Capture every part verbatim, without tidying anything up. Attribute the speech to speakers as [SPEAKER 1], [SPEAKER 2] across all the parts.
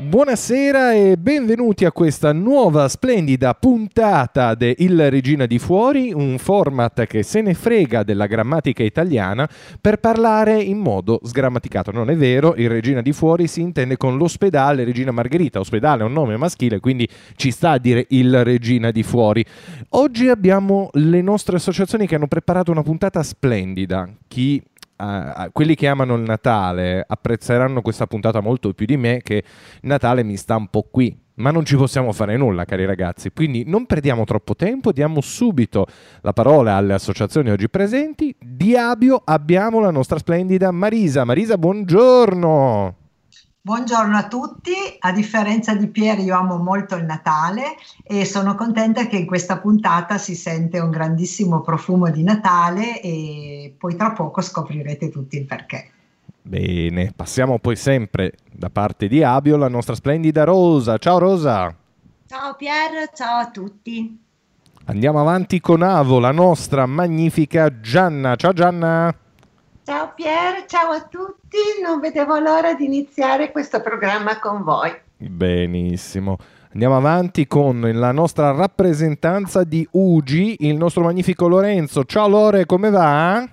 [SPEAKER 1] Buonasera e benvenuti a questa nuova splendida puntata de Il Regina di Fuori, un format che se ne frega della grammatica italiana per parlare in modo sgrammaticato. Non è vero, il Regina di Fuori si intende con l'ospedale Regina Margherita. Ospedale è un nome maschile, quindi ci sta a dire il Regina di Fuori. Oggi abbiamo le nostre associazioni che hanno preparato una puntata splendida. Chi Uh, quelli che amano il Natale apprezzeranno questa puntata molto più di me, che Natale mi sta un po' qui, ma non ci possiamo fare nulla, cari ragazzi, quindi non perdiamo troppo tempo, diamo subito la parola alle associazioni oggi presenti. Di Abio abbiamo la nostra splendida Marisa. Marisa, buongiorno.
[SPEAKER 2] Buongiorno a tutti. A differenza di Pier, io amo molto il Natale e sono contenta che in questa puntata si sente un grandissimo profumo di Natale e poi tra poco scoprirete tutti il perché.
[SPEAKER 1] Bene, passiamo poi sempre da parte di Abio la nostra splendida Rosa. Ciao Rosa.
[SPEAKER 3] Ciao Pier, ciao a tutti.
[SPEAKER 1] Andiamo avanti con Avo, la nostra magnifica Gianna. Ciao Gianna.
[SPEAKER 4] Ciao Pier, ciao a tutti, non vedevo l'ora di iniziare questo programma con voi.
[SPEAKER 1] Benissimo, andiamo avanti con la nostra rappresentanza di U G I, il nostro magnifico Lorenzo. Ciao Lore, come va?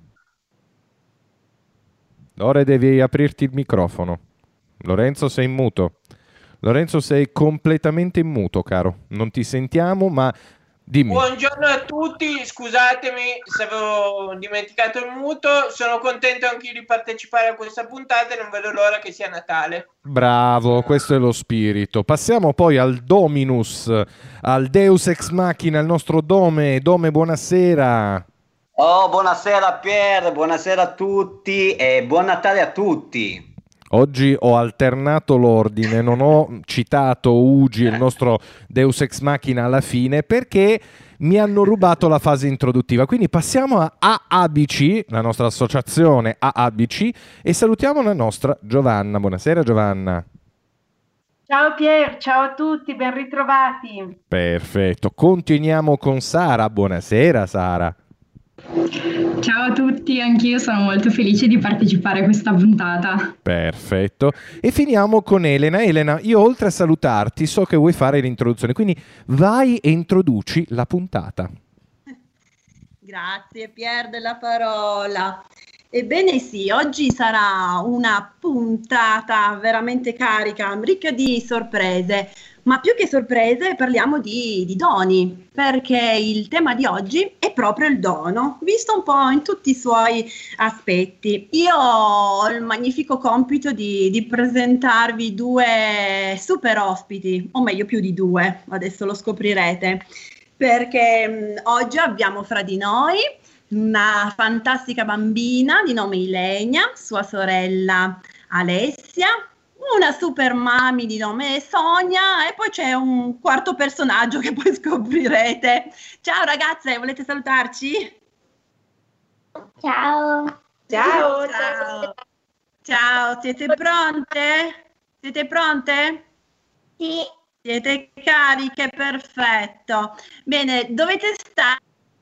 [SPEAKER 1] Lore, devi aprirti il microfono. Lorenzo, sei in muto. Lorenzo, sei completamente in muto, caro. Non ti sentiamo, ma... Dimmi.
[SPEAKER 5] Buongiorno a tutti, scusatemi se avevo dimenticato il muto, sono contento anche io di partecipare a questa puntata e non vedo l'ora che sia Natale.
[SPEAKER 1] Bravo, questo è lo spirito. Passiamo poi al Dominus, al Deus Ex Machina, il nostro Dome. Dome, buonasera.
[SPEAKER 6] Oh, buonasera Pier, buonasera a tutti e buon Natale a tutti.
[SPEAKER 1] Oggi ho alternato l'ordine, non ho citato U G I, il nostro Deus Ex Machina alla fine, perché mi hanno rubato la fase introduttiva. Quindi passiamo a A A B C, la nostra associazione A A B C, e salutiamo la nostra Giovanna. Buonasera Giovanna.
[SPEAKER 7] Ciao Pier, ciao a tutti, ben ritrovati.
[SPEAKER 1] Perfetto, continuiamo con Sara. Buonasera Sara.
[SPEAKER 8] Ciao a tutti, anch'io sono molto felice di partecipare a questa puntata.
[SPEAKER 1] Perfetto. E finiamo con Elena. Elena, io oltre a salutarti so che vuoi fare l'introduzione, quindi vai e introduci la puntata.
[SPEAKER 3] Grazie Pier della parola. Ebbene sì, oggi sarà una puntata veramente carica, ricca di sorprese, ma più che sorprese parliamo di, di doni, perché il tema di oggi è proprio il dono, visto un po' in tutti i suoi aspetti. Io ho il magnifico compito di, di presentarvi due super ospiti, o meglio più di due, adesso lo scoprirete, perché mh, oggi abbiamo fra di noi una fantastica bambina di nome Ilenia, sua sorella Alessia, una super mami di nome Sonia e poi c'è un quarto personaggio che poi scoprirete. Ciao ragazze, volete salutarci?
[SPEAKER 4] Ciao.
[SPEAKER 3] Ciao. Ciao. Ciao, siete pronte? Siete pronte?
[SPEAKER 4] Sì.
[SPEAKER 3] Siete cariche? Perfetto. Bene, dovete stare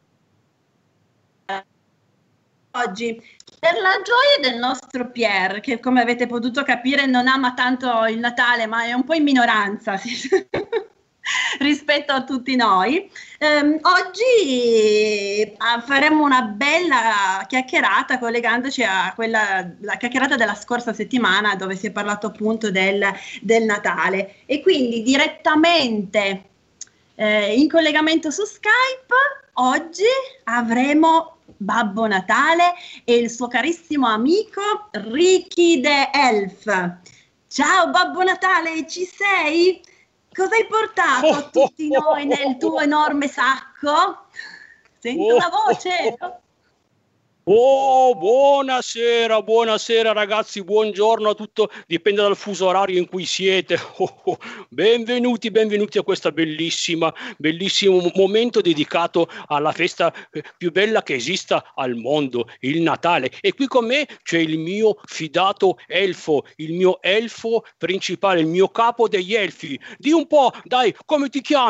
[SPEAKER 3] oggi per la gioia del nostro Pier, che come avete potuto capire non ama tanto il Natale, ma è un po' in minoranza rispetto a tutti noi. Um, oggi eh, faremo una bella chiacchierata collegandoci a quella, la chiacchierata della scorsa settimana dove si è parlato appunto del, del Natale e quindi direttamente eh, in collegamento su Skype oggi avremo Babbo Natale e il suo carissimo amico Ricky the Elf. Ciao Babbo Natale, ci sei? Cosa hai portato a tutti noi nel tuo enorme sacco? Sento la voce.
[SPEAKER 9] Oh, buonasera, buonasera ragazzi, buongiorno a tutto, dipende dal fuso orario in cui siete. Oh, oh. Benvenuti, benvenuti a questa bellissima, bellissimo momento dedicato alla festa più bella che esista al mondo, il Natale. E qui con me c'è il mio fidato elfo, il mio elfo principale, il mio capo degli elfi. Di un po', dai, come ti chiami?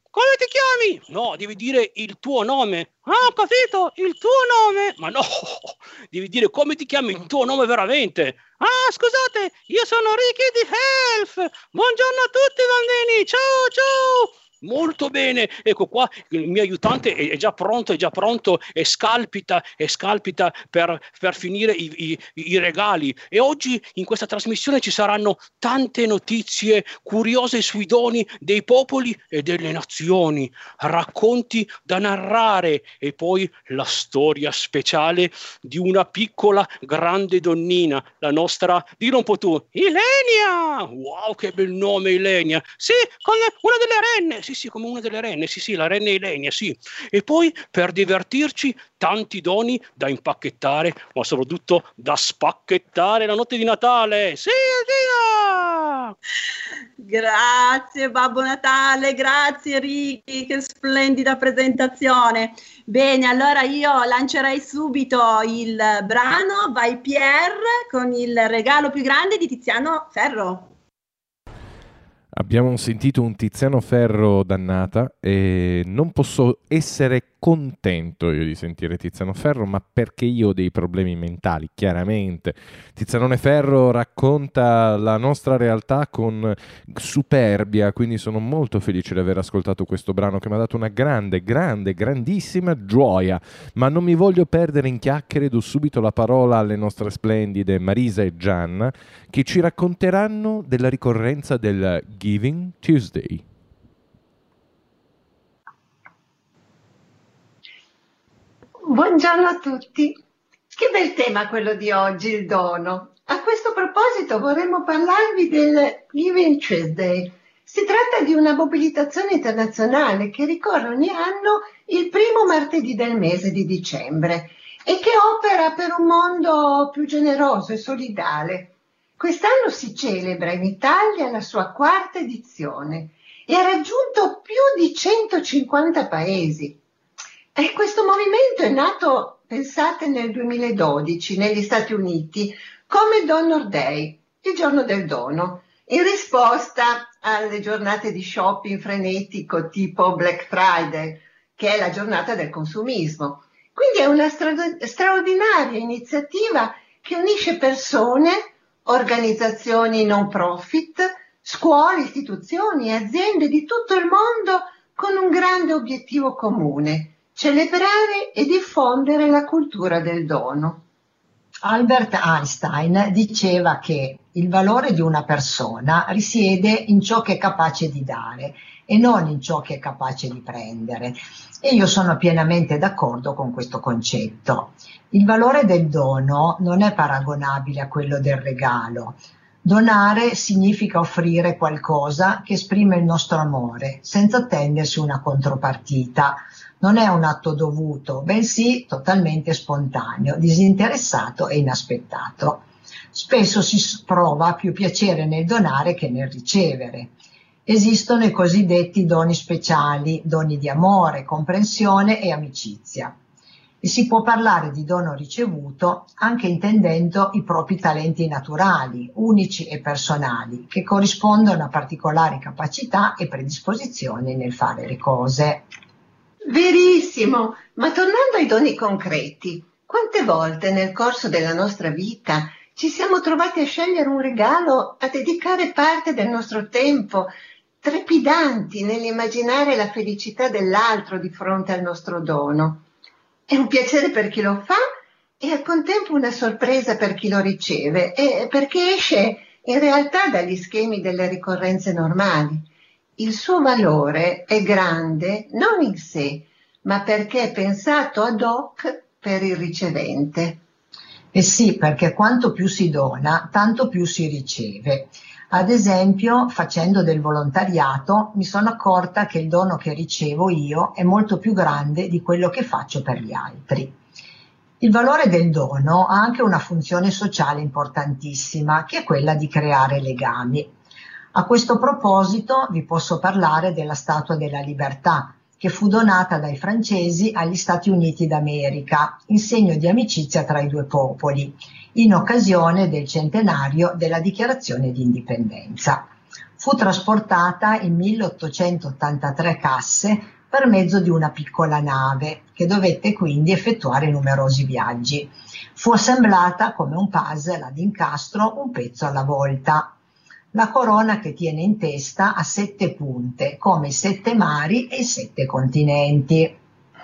[SPEAKER 9] come ti chiami? No, devi dire il tuo nome. Ah, ho capito, il tuo nome. Ma no, devi dire come ti chiami, il tuo nome veramente. Ah, scusate, io sono Ricky di Health. Buongiorno a tutti bambini, ciao ciao. Molto bene, ecco qua il mio aiutante è, è già pronto, è già pronto e scalpita e scalpita per, per finire i, i, i regali. E oggi in questa trasmissione ci saranno tante notizie curiose sui doni dei popoli e delle nazioni, racconti da narrare e poi la storia speciale di una piccola grande donnina, la nostra, dillo un po' tu, Ilenia! Wow, che bel nome Ilenia! Sì, come una delle renne! Sì, sì, come una delle renne, sì, sì, la renna Ilenia, sì. E poi, per divertirci, tanti doni da impacchettare, ma soprattutto da spacchettare la notte di Natale. Sì, Adina!
[SPEAKER 3] Grazie Babbo Natale, grazie Ricky, che splendida presentazione. Bene, allora io lancerei subito il brano, vai Pierre, con il regalo più grande di Tiziano Ferro.
[SPEAKER 1] Abbiamo sentito un Tiziano Ferro dannata e non posso essere contento io di sentire Tiziano Ferro, ma perché io ho dei problemi mentali, chiaramente. Tiziano Ferro racconta la nostra realtà con superbia, quindi sono molto felice di aver ascoltato questo brano che mi ha dato una grande, grande, grandissima gioia, ma non mi voglio perdere in chiacchiere, do subito la parola alle nostre splendide Marisa e Gianna, che ci racconteranno della ricorrenza del Giving Tuesday.
[SPEAKER 4] Buongiorno a tutti. Che bel tema quello di oggi, il dono. A questo proposito vorremmo parlarvi del Giving Tuesday. Si tratta di una mobilitazione internazionale che ricorre ogni anno il primo martedì del mese di dicembre e che opera per un mondo più generoso e solidale. Quest'anno si celebra in Italia la sua quarta edizione e ha raggiunto più di centocinquanta paesi. E questo movimento è nato, pensate, nel duemiladodici negli Stati Uniti come Donor Day, il giorno del dono, in risposta alle giornate di shopping frenetico tipo Black Friday, che è la giornata del consumismo. Quindi è una stra- straordinaria iniziativa che unisce persone, organizzazioni non profit, scuole, istituzioni e aziende di tutto il mondo con un grande obiettivo comune: celebrare e diffondere la cultura del dono.
[SPEAKER 2] Albert Einstein diceva che il valore di una persona risiede in ciò che è capace di dare e non in ciò che è capace di prendere. E io sono pienamente d'accordo con questo concetto. Il valore del dono non è paragonabile a quello del regalo. Donare significa offrire qualcosa che esprime il nostro amore, senza attendersi una contropartita. Non è un atto dovuto, bensì totalmente spontaneo, disinteressato e inaspettato. Spesso si prova più piacere nel donare che nel ricevere. Esistono i cosiddetti doni speciali, doni di amore, comprensione e amicizia. E si può parlare di dono ricevuto anche intendendo i propri talenti naturali, unici e personali, che corrispondono a particolari capacità e predisposizioni nel fare le cose.
[SPEAKER 4] Verissimo, ma tornando ai doni concreti, quante volte nel corso della nostra vita ci siamo trovati a scegliere un regalo, a dedicare parte del nostro tempo, trepidanti nell'immaginare la felicità dell'altro di fronte al nostro dono. È un piacere per chi lo fa e al contempo una sorpresa per chi lo riceve, e perché esce in realtà dagli schemi delle ricorrenze normali. Il suo valore è grande non in sé, ma perché è pensato ad hoc per il ricevente.
[SPEAKER 2] Eh sì, perché quanto più si dona, tanto più si riceve. Ad esempio, facendo del volontariato, mi sono accorta che il dono che ricevo io è molto più grande di quello che faccio per gli altri. Il valore del dono ha anche una funzione sociale importantissima, che è quella di creare legami. A questo proposito vi posso parlare della Statua della Libertà, che fu donata dai francesi agli Stati Uniti d'America, in segno di amicizia tra i due popoli, in occasione del centenario della Dichiarazione di Indipendenza. Fu trasportata in milleottocentottantatré casse per mezzo di una piccola nave, che dovette quindi effettuare numerosi viaggi. Fu assemblata come un puzzle ad incastro, un pezzo alla volta. La corona che tiene in testa ha sette punte, come i sette mari e i sette continenti.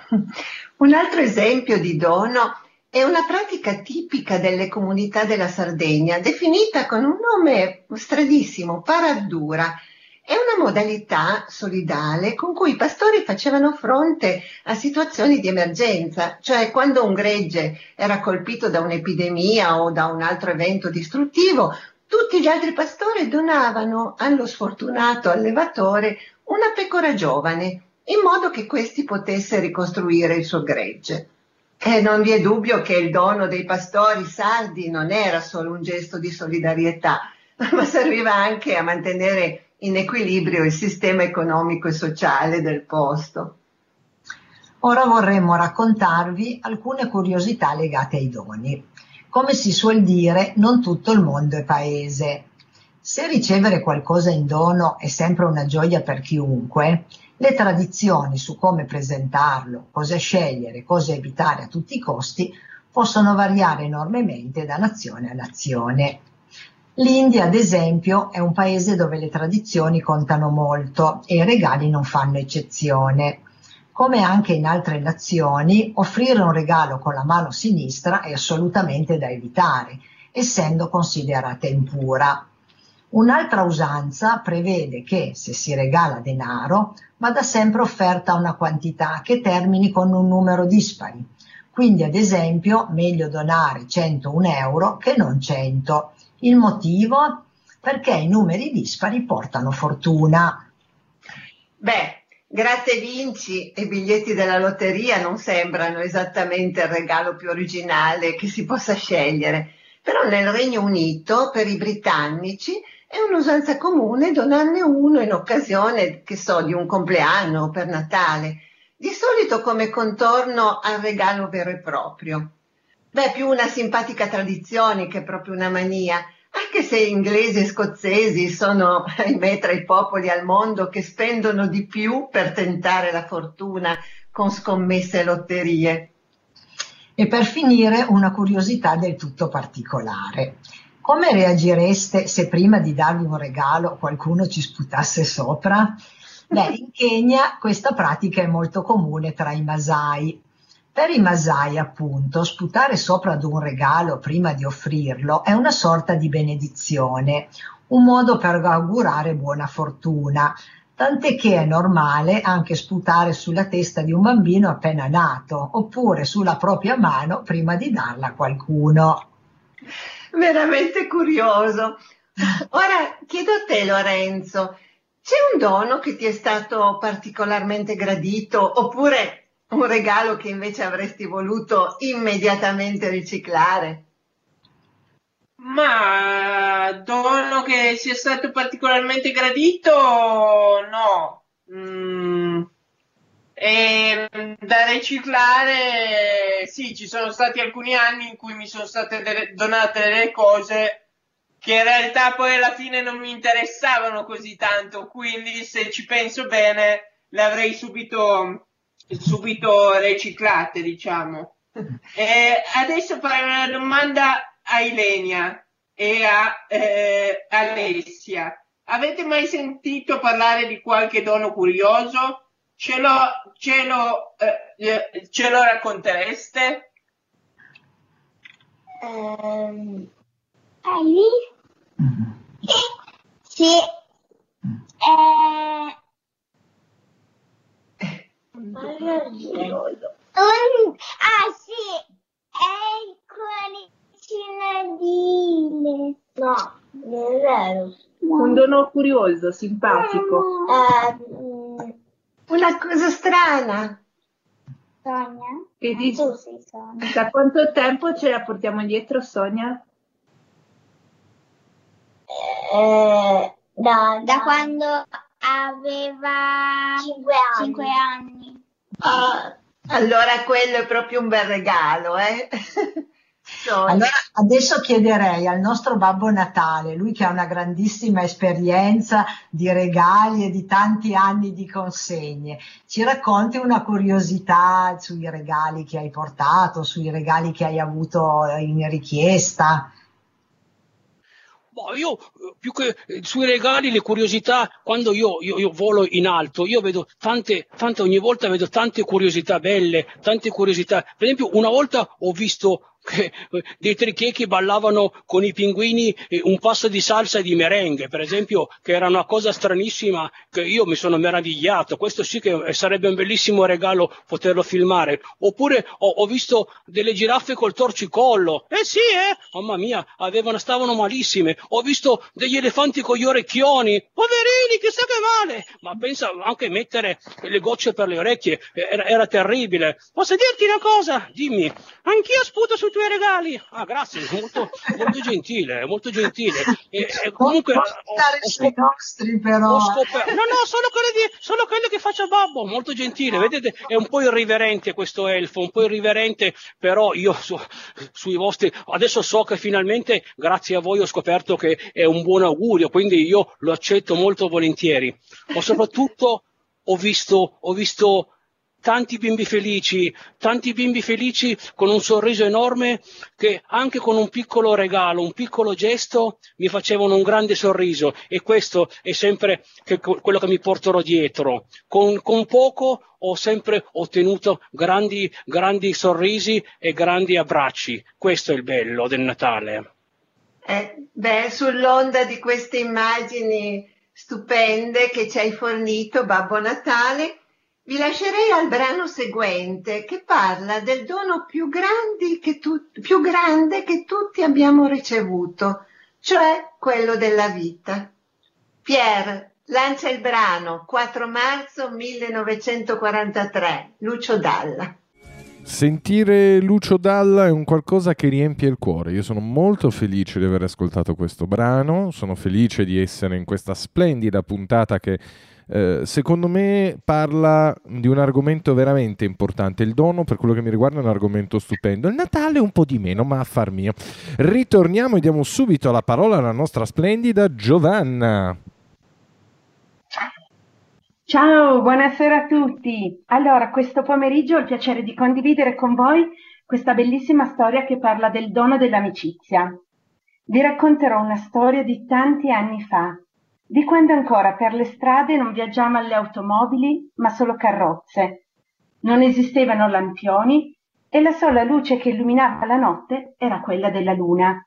[SPEAKER 4] Un altro esempio di dono è una pratica tipica delle comunità della Sardegna, definita con un nome stradissimo, paraddura. È una modalità solidale con cui i pastori facevano fronte a situazioni di emergenza, cioè quando un gregge era colpito da un'epidemia o da un altro evento distruttivo, tutti gli altri pastori donavano allo sfortunato allevatore una pecora giovane, in modo che questi potesse ricostruire il suo gregge. E non vi è dubbio che il dono dei pastori sardi non era solo un gesto di solidarietà, ma serviva anche a mantenere in equilibrio il sistema economico e sociale del posto.
[SPEAKER 2] Ora vorremmo raccontarvi alcune curiosità legate ai doni. Come si suol dire, non tutto il mondo è paese. Se ricevere qualcosa in dono è sempre una gioia per chiunque, le tradizioni su come presentarlo, cosa scegliere, cosa evitare a tutti i costi, possono variare enormemente da nazione a nazione. L'India, ad esempio, è un paese dove le tradizioni contano molto e i regali non fanno eccezione. Come anche in altre nazioni, offrire un regalo con la mano sinistra è assolutamente da evitare, essendo considerata impura. Un'altra usanza prevede che, se si regala denaro, vada sempre offerta una quantità che termini con un numero dispari. Quindi, ad esempio, meglio donare centouno euro che non cento. Il motivo? Perché i numeri dispari portano fortuna.
[SPEAKER 4] Beh, gratte vinci e biglietti della lotteria non sembrano esattamente il regalo più originale che si possa scegliere, però nel Regno Unito, per i britannici, è un'usanza comune donarne uno in occasione, che so, di un compleanno o per Natale, di solito come contorno al regalo vero e proprio. Beh, più una simpatica tradizione che proprio una mania, anche se inglesi e scozzesi sono, ahimè, tra i popoli al mondo che spendono di più per tentare la fortuna con scommesse e lotterie.
[SPEAKER 2] E per finire una curiosità del tutto particolare. Come reagireste se prima di darvi un regalo qualcuno ci sputasse sopra? Beh, in Kenya questa pratica è molto comune tra i Masai. Per i Masai, appunto, sputare sopra ad un regalo prima di offrirlo è una sorta di benedizione, un modo per augurare buona fortuna, tant'è che è normale anche sputare sulla testa di un bambino appena nato, oppure sulla propria mano prima di darla a qualcuno.
[SPEAKER 4] Veramente curioso. Ora chiedo a te, Lorenzo, c'è un dono che ti è stato particolarmente gradito, oppure un regalo che invece avresti voluto immediatamente riciclare?
[SPEAKER 5] Ma dono che sia stato particolarmente gradito, no. Mm. E da riciclare, sì, ci sono stati alcuni anni in cui mi sono state delle, donate delle cose che in realtà poi alla fine non mi interessavano così tanto, quindi se ci penso bene le avrei subito, subito riciclate, diciamo. E adesso farei una domanda a Ilenia e a eh, Alessia. Avete mai sentito parlare di qualche dono curioso? Ce lo, ce lo, eh, ce lo raccontereste?
[SPEAKER 10] Um, sì. Eh, un, ah sì, è il cuoricino di... No, non è vero.
[SPEAKER 7] Un dono curioso, simpatico.
[SPEAKER 10] Uh,
[SPEAKER 4] Una cosa strana.
[SPEAKER 10] Sonia?
[SPEAKER 7] Che dici?
[SPEAKER 10] Tu sei Sonia.
[SPEAKER 7] Da quanto tempo ce la portiamo dietro, Sonia?
[SPEAKER 10] Eh, da, da quando aveva cinque anni. Cinque anni.
[SPEAKER 4] Ah, allora quello è proprio un bel regalo, eh?
[SPEAKER 2] Allora, adesso chiederei al nostro Babbo Natale, lui che ha una grandissima esperienza di regali e di tanti anni di consegne, ci racconti una curiosità sui regali che hai portato, sui regali che hai avuto in richiesta?
[SPEAKER 9] Boh, io più che eh, sui regali, le curiosità, quando io, io, io volo in alto, io vedo tante, tante, ogni volta vedo tante curiosità belle, tante curiosità. Per esempio, una volta ho visto che eh, dei trichè che ballavano con i pinguini eh, un passo di salsa e di merengue, per esempio, che era una cosa stranissima che io mi sono meravigliato. Questo sì che sarebbe un bellissimo regalo poterlo filmare. Oppure ho, ho visto delle giraffe col torcicollo. Eh sì, eh? Mamma mia, avevano, stavano malissime. Ho visto degli elefanti con gli orecchioni. Poverini, chissà che male. Ma pensa, anche mettere le gocce per le orecchie era, era terribile. Posso dirti una cosa? Dimmi. Anch'io sputo sui tuoi regali. Ah, grazie, molto, molto gentile, molto gentile. E, e comunque ho, ho, scop-
[SPEAKER 2] nostri, però.
[SPEAKER 9] ho scoperto. No, no, solo quelli, di, solo quelli che faccio a babbo, molto gentile. Vedete, è un po' irriverente questo elfo, un po' irriverente, però io su, sui vostri. Adesso so che finalmente, grazie a voi, ho scoperto che è un buon augurio, quindi io lo accetto molto volentieri. Ma soprattutto ho visto, ho visto tanti bimbi felici, tanti bimbi felici con un sorriso enorme che anche con un piccolo regalo, un piccolo gesto mi facevano un grande sorriso, e questo è sempre che, quello che mi porterò dietro. Con, con poco ho sempre ottenuto grandi, grandi sorrisi e grandi abbracci. Questo è il bello del Natale.
[SPEAKER 4] Eh, beh, sull'onda di queste immagini stupende che ci hai fornito, Babbo Natale, vi lascerei al brano seguente, che parla del dono più, grandi che tu, più grande che tutti abbiamo ricevuto, cioè quello della vita. Pier, lancia il brano, quattro marzo millenovecentoquarantatré, Lucio Dalla.
[SPEAKER 1] Sentire Lucio Dalla è un qualcosa che riempie il cuore. Io sono molto felice di aver ascoltato questo brano, sono felice di essere in questa splendida puntata che eh, secondo me parla di un argomento veramente importante. Il dono, per quello che mi riguarda, è un argomento stupendo. Il Natale un po' di meno, ma affar mio. Ritorniamo e diamo subito la parola alla nostra splendida Giovanna.
[SPEAKER 7] Ciao, buonasera a tutti. Allora, questo pomeriggio ho il piacere di condividere con voi questa bellissima storia che parla del dono dell'amicizia. Vi racconterò una storia di tanti anni fa, di quando ancora per le strade non viaggiavano le automobili, ma solo carrozze. Non esistevano lampioni e la sola luce che illuminava la notte era quella della luna.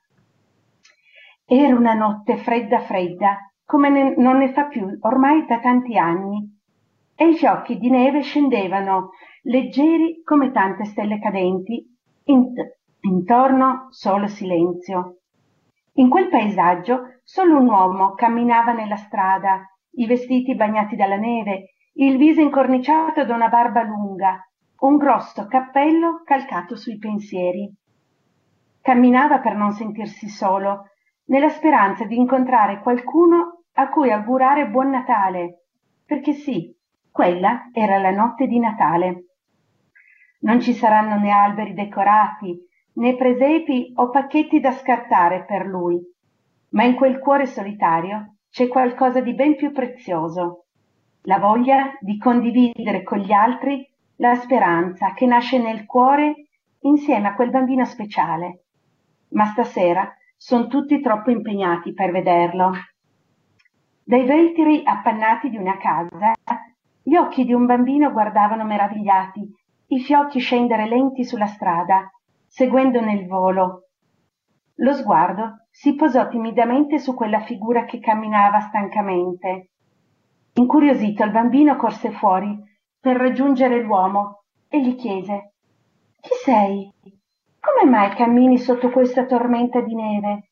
[SPEAKER 7] Era una notte fredda fredda, come ne, non ne fa più ormai da tanti anni, e i fiocchi di neve scendevano leggeri come tante stelle cadenti, int- intorno solo silenzio. In quel paesaggio solo un uomo camminava nella strada, i vestiti bagnati dalla neve, il viso incorniciato da una barba lunga, un grosso cappello calcato sui pensieri. Camminava per non sentirsi solo, nella speranza di incontrare qualcuno a cui augurare buon Natale, perché sì, quella era la notte di Natale. Non ci saranno né alberi decorati, né presepi o pacchetti da scartare per lui, ma in quel cuore solitario c'è qualcosa di ben più prezioso, la voglia di condividere con gli altri la speranza che nasce nel cuore insieme a quel bambino speciale. Ma stasera sono tutti troppo impegnati per vederlo. Dai vetri appannati di una casa, gli occhi di un bambino guardavano meravigliati i fiocchi scendere lenti sulla strada, seguendo nel volo. Lo sguardo si posò timidamente su quella figura che camminava stancamente. Incuriosito, il bambino corse fuori per raggiungere l'uomo e gli chiese: «Chi sei? Come mai cammini sotto questa tormenta di neve?»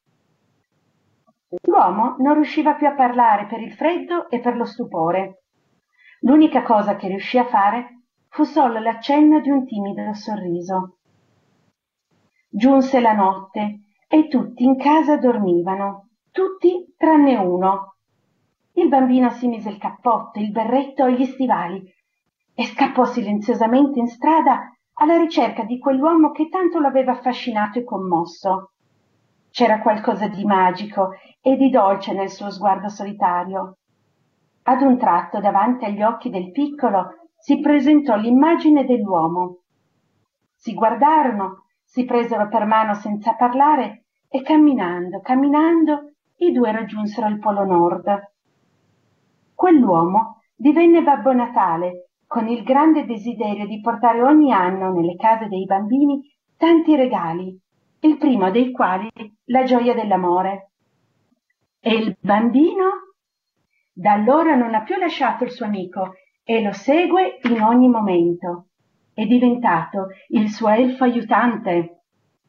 [SPEAKER 7] L'uomo non riusciva più a parlare per il freddo e per lo stupore. L'unica cosa che riuscì a fare fu solo l'accenno di un timido sorriso. Giunse la notte e tutti in casa dormivano, tutti tranne uno. Il bambino si mise il cappotto, il berretto e gli stivali e scappò silenziosamente in strada alla ricerca di quell'uomo che tanto l'aveva affascinato e commosso. C'era qualcosa di magico e di dolce nel suo sguardo solitario. Ad un tratto, davanti agli occhi del piccolo, si presentò l'immagine dell'uomo. Si guardarono, si presero per mano senza parlare e camminando, camminando, i due raggiunsero il Polo Nord. Quell'uomo divenne Babbo Natale, con il grande desiderio di portare ogni anno nelle case dei bambini tanti regali, il primo dei quali la gioia dell'amore. E il bambino? Da allora non ha più lasciato il suo amico e lo segue in ogni momento. È diventato il suo elfo aiutante.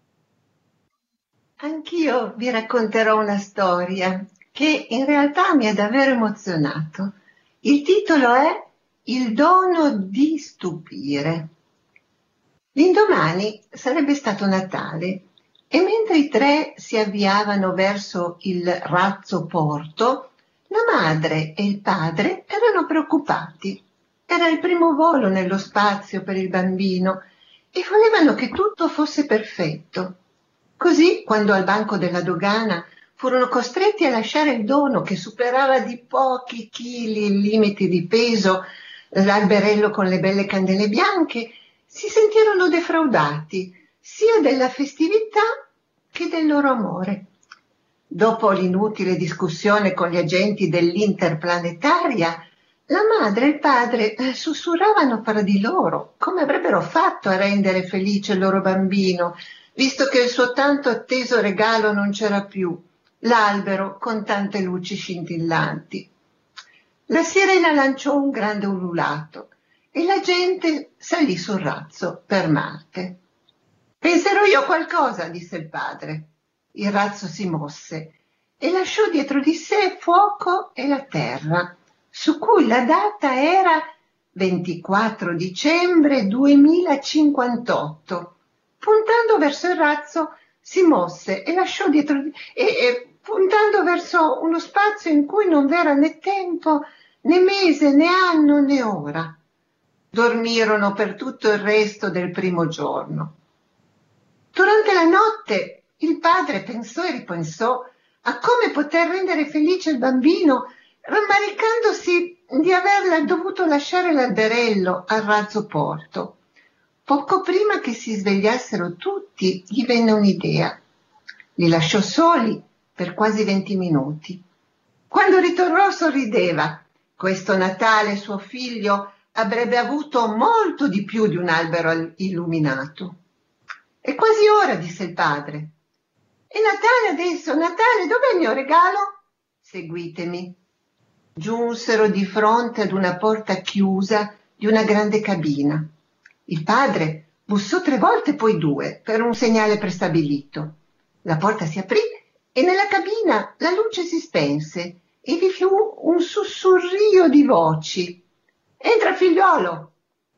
[SPEAKER 4] Anch'io vi racconterò una storia che in realtà mi ha davvero emozionato. Il titolo è Il dono di stupire. L'indomani sarebbe stato Natale e mentre i tre si avviavano verso il razzo porto, la madre e il padre erano preoccupati. Era il primo volo nello spazio per il bambino e volevano che tutto fosse perfetto. Così, quando al banco della dogana furono costretti a lasciare il dono che superava di pochi chili il limite di peso, l'alberello con le belle candele bianche, si sentirono defraudati sia della festività che del loro amore. Dopo l'inutile discussione con gli agenti dell'Interplanetaria, la madre e il padre sussurravano fra di loro come avrebbero fatto a rendere felice il loro bambino, visto che il suo tanto atteso regalo non c'era più, l'albero con tante luci scintillanti. La sirena lanciò un grande ululato e la gente salì sul razzo per Marte. «Penserò io a qualcosa», disse il padre. Il razzo si mosse e lasciò dietro di sé fuoco e la terra, su cui la data era ventiquattro dicembre duemilacinquantotto. Puntando verso il razzo si mosse e lasciò dietro di e, e puntando verso uno spazio in cui non v'era né tempo, né mese, né anno, né ora. Dormirono per tutto il resto del primo giorno. Durante la notte il padre pensò e ripensò a come poter rendere felice il bambino, rammaricandosi di aver dovuto lasciare l'alberello al razzo porto. Poco prima che si svegliassero tutti, gli venne un'idea. Li lasciò soli per quasi venti minuti. Quando ritornò sorrideva. Questo Natale suo figlio avrebbe avuto molto di più di un albero illuminato. «È quasi ora», disse il padre. «È Natale adesso, Natale, dov'è il mio regalo?» «Seguitemi». Giunsero di fronte ad una porta chiusa di una grande cabina. Il padre bussò tre volte, poi due, per un segnale prestabilito. La porta si aprì e nella cabina la luce si spense e vi fu un sussurrio di voci. «Entra, figliolo!»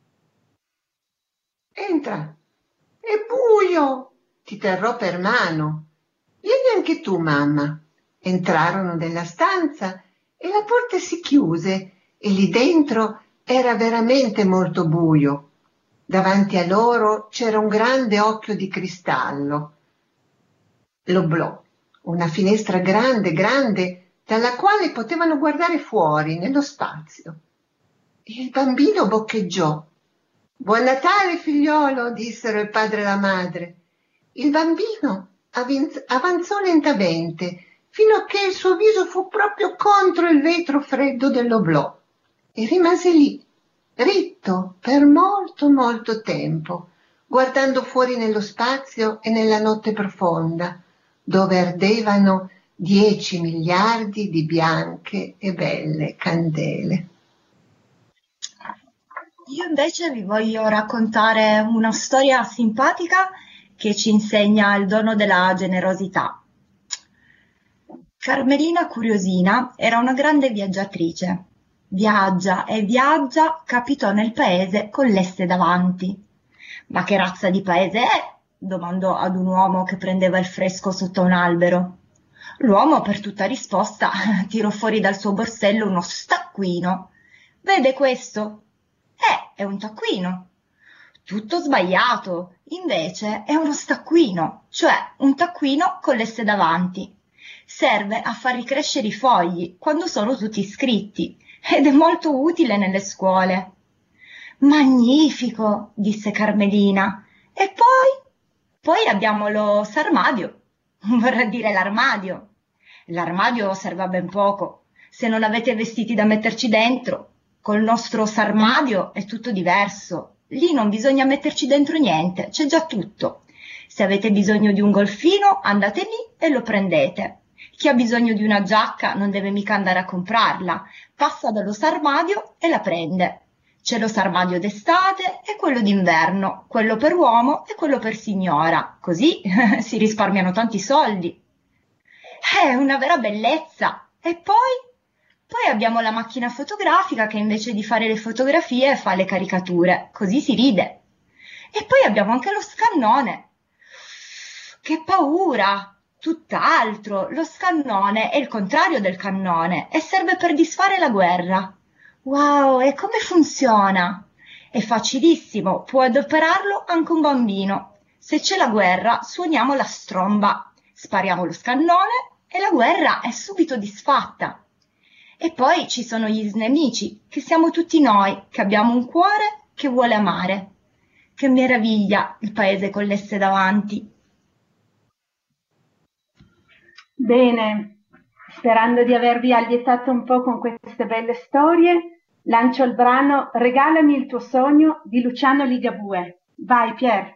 [SPEAKER 4] «Entra!» «È buio!» «Ti terrò per mano!» «Vieni anche tu, mamma!» Entrarono nella stanza e la porta si chiuse e lì dentro era veramente molto buio. Davanti a loro c'era un grande occhio di cristallo, l'oblò, una finestra grande, grande, dalla quale potevano guardare fuori, nello spazio. Il bambino boccheggiò. «Buon Natale, figliolo», dissero il padre e la madre. Il bambino avanzò lentamente, fino a che il suo viso fu proprio contro il vetro freddo dell'oblò, e rimase lì, ritto per molto molto tempo, guardando fuori nello spazio e nella notte profonda, dove ardevano dieci miliardi di bianche e belle candele.
[SPEAKER 11] Io invece vi voglio raccontare una storia simpatica che ci insegna il dono della generosità. Carmelina Curiosina era una grande viaggiatrice. Viaggia e viaggia, capitò nel paese con l'esse davanti. «Ma che razza di paese è?» domandò ad un uomo che prendeva il fresco sotto un albero. L'uomo, per tutta risposta, tirò fuori dal suo borsello uno staccuino. «Vede questo?» «Eh, è un taccuino». Tutto sbagliato, invece è uno staccuino, cioè un taccuino con l'esse davanti. Serve a far ricrescere i fogli quando sono tutti iscritti ed è molto utile nelle scuole. Magnifico, disse Carmelina. E poi? Poi abbiamo lo sarmadio, vorrà dire l'armadio. L'armadio serve a ben poco, se non avete vestiti da metterci dentro. Col nostro sarmadio è tutto diverso. Lì non bisogna metterci dentro niente, c'è già tutto. Se avete bisogno di un golfino, andate lì e lo prendete. Chi ha bisogno di una giacca non deve mica andare a comprarla, passa dallo sarmadio e la prende. C'è lo sarmadio d'estate e quello d'inverno, quello per uomo e quello per signora, così si risparmiano tanti soldi. È una vera bellezza. E poi? Poi abbiamo la macchina fotografica che invece di fare le fotografie fa le caricature, così si ride. E poi abbiamo anche lo scannone. Che paura! Tutt'altro, lo scannone è il contrario del cannone e serve per disfare la guerra. Wow, e come funziona? È facilissimo, può adoperarlo anche un bambino. Se c'è la guerra, suoniamo la stromba, spariamo lo scannone e la guerra è subito disfatta. E poi ci sono gli nemici, che siamo tutti noi, che abbiamo un cuore che vuole amare. Che meraviglia il paese con l'esse davanti.
[SPEAKER 7] Bene, sperando di avervi allietato un po' con queste belle storie, lancio il brano Regalami il tuo sogno di Luciano Ligabue. Vai Pier.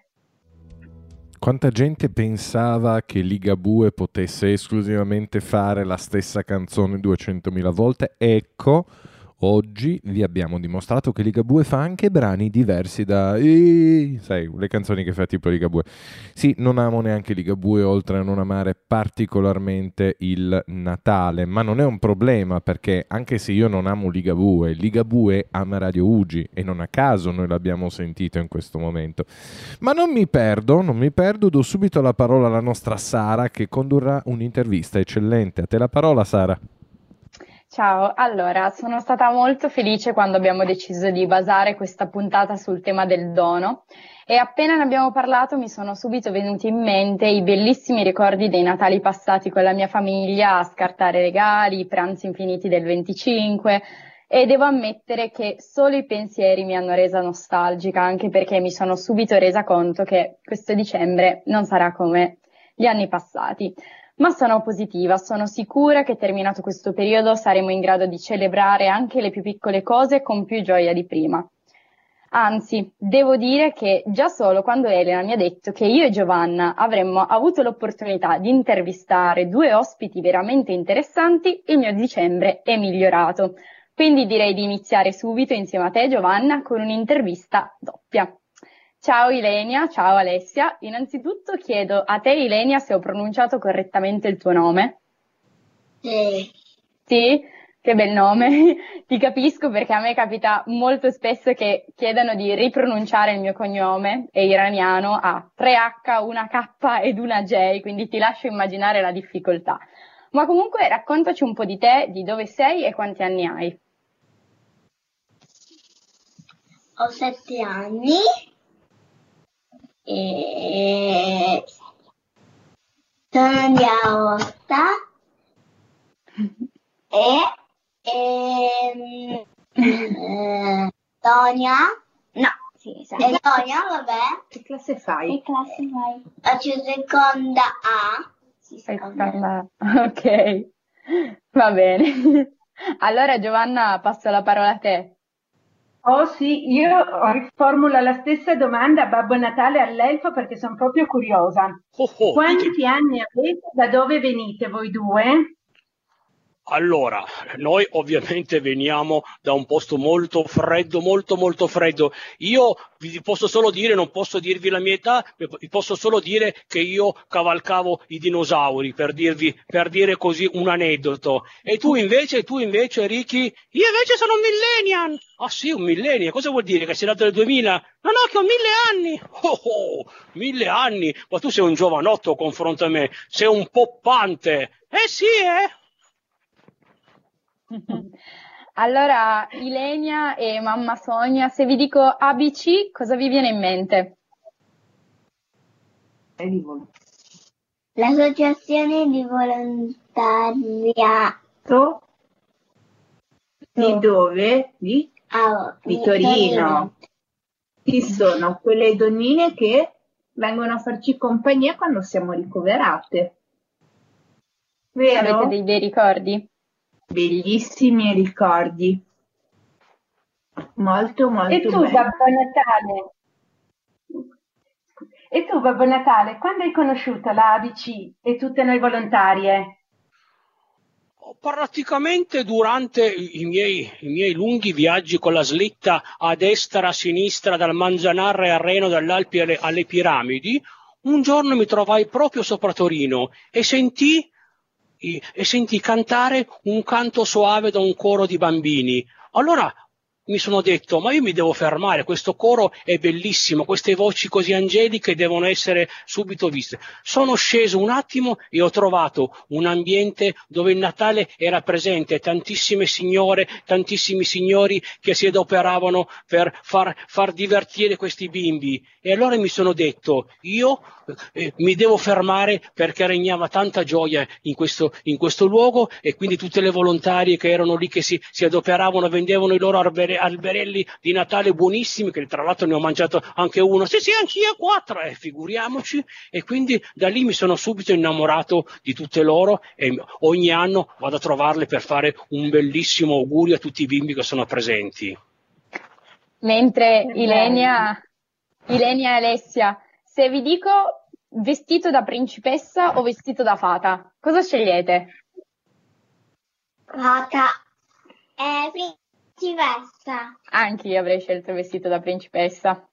[SPEAKER 1] Quanta gente pensava che Ligabue potesse esclusivamente fare la stessa canzone duecentomila volte? Ecco, oggi vi abbiamo dimostrato che Ligabue fa anche brani diversi da... Eeeh, sai, le canzoni che fa tipo Ligabue. Sì, non amo neanche Ligabue, oltre a non amare particolarmente il Natale, ma non è un problema, perché anche se io non amo Ligabue, Ligabue ama Radio Ugi e non a caso noi l'abbiamo sentito in questo momento. Ma non mi perdo, non mi perdo, do subito la parola alla nostra Sara che condurrà un'intervista eccellente. A te la parola, Sara.
[SPEAKER 8] Ciao, allora sono stata molto felice quando abbiamo deciso di basare questa puntata sul tema del dono e appena ne abbiamo parlato mi sono subito venuti in mente i bellissimi ricordi dei Natali passati con la mia famiglia a scartare regali, i pranzi infiniti del venticinque e devo ammettere che solo i pensieri mi hanno resa nostalgica, anche perché mi sono subito resa conto che questo dicembre non sarà come gli anni passati. Ma sono positiva, sono sicura che terminato questo periodo saremo in grado di celebrare anche le più piccole cose con più gioia di prima. Anzi, devo dire che già solo quando Elena mi ha detto che io e Giovanna avremmo avuto l'opportunità di intervistare due ospiti veramente interessanti, il mio dicembre è migliorato. Quindi direi di iniziare subito insieme a te, Giovanna, con un'intervista doppia. Ciao Ilenia, ciao Alessia. Innanzitutto chiedo a te Ilenia se ho pronunciato correttamente il tuo nome.
[SPEAKER 10] Sì.
[SPEAKER 8] Sì? Che bel nome. Ti capisco perché a me capita molto spesso che chiedano di ripronunciare il mio cognome, è iraniano, ha tre acca, una K ed una J, quindi ti lascio immaginare la difficoltà. Ma comunque raccontaci un po' di te, di dove sei e quanti anni hai.
[SPEAKER 10] Ho sette anni. E sono di Aosta e, e eh, Tonia, no, sì, sì. E Tonia, vabbè.
[SPEAKER 7] Che classe fai?
[SPEAKER 10] Che classe fai? Faccio seconda A. Sì,
[SPEAKER 8] seconda A. Ok, va bene. Allora Giovanna, passo la parola a te.
[SPEAKER 7] Oh sì, io riformulo la stessa domanda a Babbo Natale e all'elfo perché sono proprio curiosa.
[SPEAKER 9] Oh, oh,
[SPEAKER 7] Quanti
[SPEAKER 9] che...
[SPEAKER 7] anni avete? Da dove venite voi due?
[SPEAKER 9] Allora, noi ovviamente veniamo da un posto molto freddo, molto molto freddo. Io vi posso solo dire, non posso dirvi la mia età, vi posso solo dire che io cavalcavo i dinosauri, per dirvi, per dire così un aneddoto. E tu invece, tu invece, Ricky? Io invece sono un millennial. Ah sì, un millennial, cosa vuol dire? Che sei nato nel duemila? No, no, che ho mille anni. Oh, oh, mille anni? Ma tu sei un giovanotto confronto a me, sei un poppante. Eh sì, eh?
[SPEAKER 8] Allora, Ilenia e mamma Sonia, se vi dico A B C, cosa vi viene in mente?
[SPEAKER 10] L'associazione di volontariato
[SPEAKER 12] Di dove? Di,
[SPEAKER 10] a
[SPEAKER 12] di Torino. Chi sono? Quelle donnine che vengono a farci compagnia quando siamo ricoverate. Vero?
[SPEAKER 8] Avete dei bei ricordi?
[SPEAKER 12] Bellissimi ricordi. Molto, molto
[SPEAKER 7] E tu,
[SPEAKER 12] belli.
[SPEAKER 7] Babbo Natale? E tu, Babbo Natale, quando hai conosciuto la A B C e tutte noi volontarie?
[SPEAKER 9] Praticamente durante i miei, i miei lunghi viaggi con la slitta a destra, a sinistra, dal Mangianarre al Reno, dall'Alpi alle, alle Piramidi, un giorno mi trovai proprio sopra Torino e sentii e sentì cantare un canto soave da un coro di bambini. Allora mi sono detto, ma io mi devo fermare, questo coro è bellissimo, queste voci così angeliche devono essere subito viste. Sono sceso un attimo e ho trovato un ambiente dove il Natale era presente, tantissime signore, tantissimi signori che si adoperavano per far, far divertire questi bimbi. E allora mi sono detto, io eh, mi devo fermare perché regnava tanta gioia in questo, in questo luogo, e quindi tutte le volontarie che erano lì, che si, si adoperavano, vendevano i loro alberi, alberelli di Natale buonissimi, che tra l'altro ne ho mangiato anche uno, sì sì anch'io quattro, eh, figuriamoci, e quindi da lì mi sono subito innamorato di tutte loro e ogni anno vado a trovarle per fare un bellissimo augurio a tutti i bimbi che sono presenti.
[SPEAKER 8] Mentre Ilenia, Ilenia e Alessia, se vi dico vestito da principessa o vestito da fata, cosa scegliete?
[SPEAKER 10] Fata. Eh, principessa.
[SPEAKER 8] Anche io avrei scelto il vestito da principessa.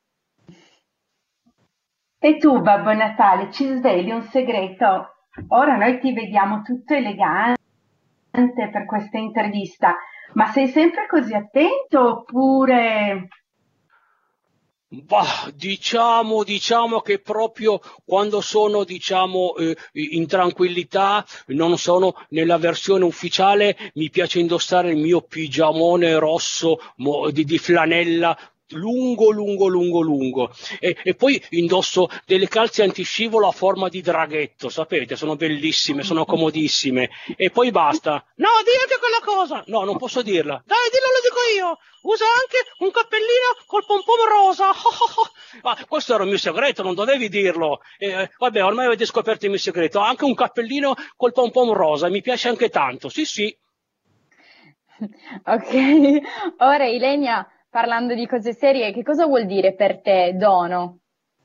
[SPEAKER 7] E tu, Babbo Natale, ci sveli un segreto? Ora noi ti vediamo tutto elegante per questa intervista, ma sei sempre così attento oppure...
[SPEAKER 9] Bah, diciamo, diciamo che proprio quando sono, diciamo, eh, in tranquillità, non sono nella versione ufficiale, mi piace indossare il mio pigiamone rosso mo, di, di flanella lungo, lungo, lungo, lungo. E, e poi indosso delle calze antiscivolo a forma di draghetto, sapete, sono bellissime, sono comodissime. E poi basta. No, di anche quella cosa! No, non posso dirla. Dai, dillo, lo dico io! Usa anche un cappellino col pompon rosa. Ma questo era il mio segreto, non dovevi dirlo. Eh, vabbè, ormai avete scoperto il mio segreto. Anche un cappellino col pompon rosa, mi piace anche tanto. Sì, sì.
[SPEAKER 8] Ok, ora Ilenia, parlando di cose serie, che cosa vuol dire per te dono?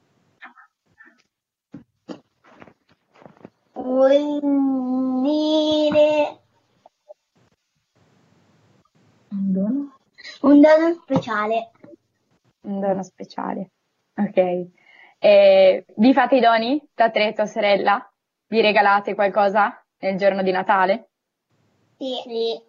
[SPEAKER 10] Vuol dire
[SPEAKER 12] Un dono?
[SPEAKER 10] un dono speciale.
[SPEAKER 8] Un dono speciale. Ok. E vi fate i doni da te e tua sorella? Vi regalate qualcosa nel giorno di Natale?
[SPEAKER 10] Sì. Sì.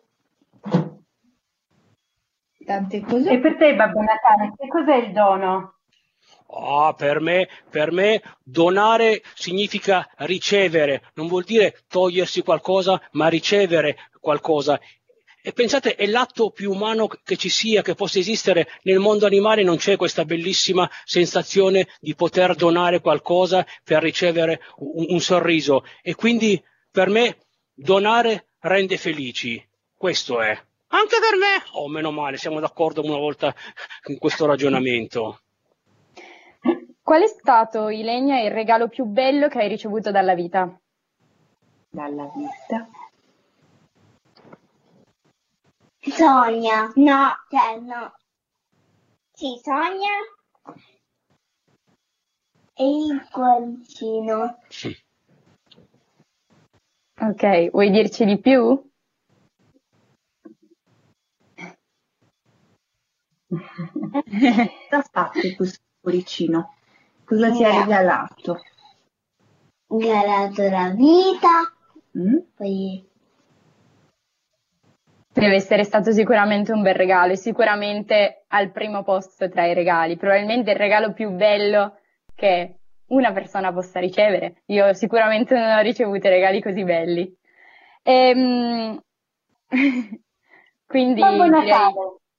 [SPEAKER 12] Tante cose.
[SPEAKER 7] E per te, Babbo Natale, che cos'è il dono?
[SPEAKER 9] Ah, per me, per me donare significa ricevere, non vuol dire togliersi qualcosa, ma ricevere qualcosa. E pensate, è l'atto più umano che ci sia, che possa esistere. Nel mondo animale non c'è questa bellissima sensazione di poter donare qualcosa per ricevere un, un sorriso. E quindi per me donare rende felici. Questo è. Anche per me. Oh, meno male, siamo d'accordo una volta in questo ragionamento.
[SPEAKER 8] Qual è stato, Ilenia, il regalo più bello che hai ricevuto dalla vita?
[SPEAKER 12] Dalla vita.
[SPEAKER 10] Sonia. No, cioè no. Sì, Sonia. E il cuoricino.
[SPEAKER 8] Ok, vuoi dirci di più?
[SPEAKER 12] Cosa ha fatto questo cuoricino? Cosa ti ha regalato?
[SPEAKER 10] Mi ha regalato la vita.
[SPEAKER 12] Mm?
[SPEAKER 10] Poi
[SPEAKER 8] Deve essere stato sicuramente un bel regalo e sicuramente al primo posto tra i regali. Probabilmente il regalo più bello che una persona possa ricevere. Io sicuramente non ho ricevuto regali così belli. Ehm... Quindi
[SPEAKER 7] Babbo
[SPEAKER 8] direi...
[SPEAKER 7] Natale.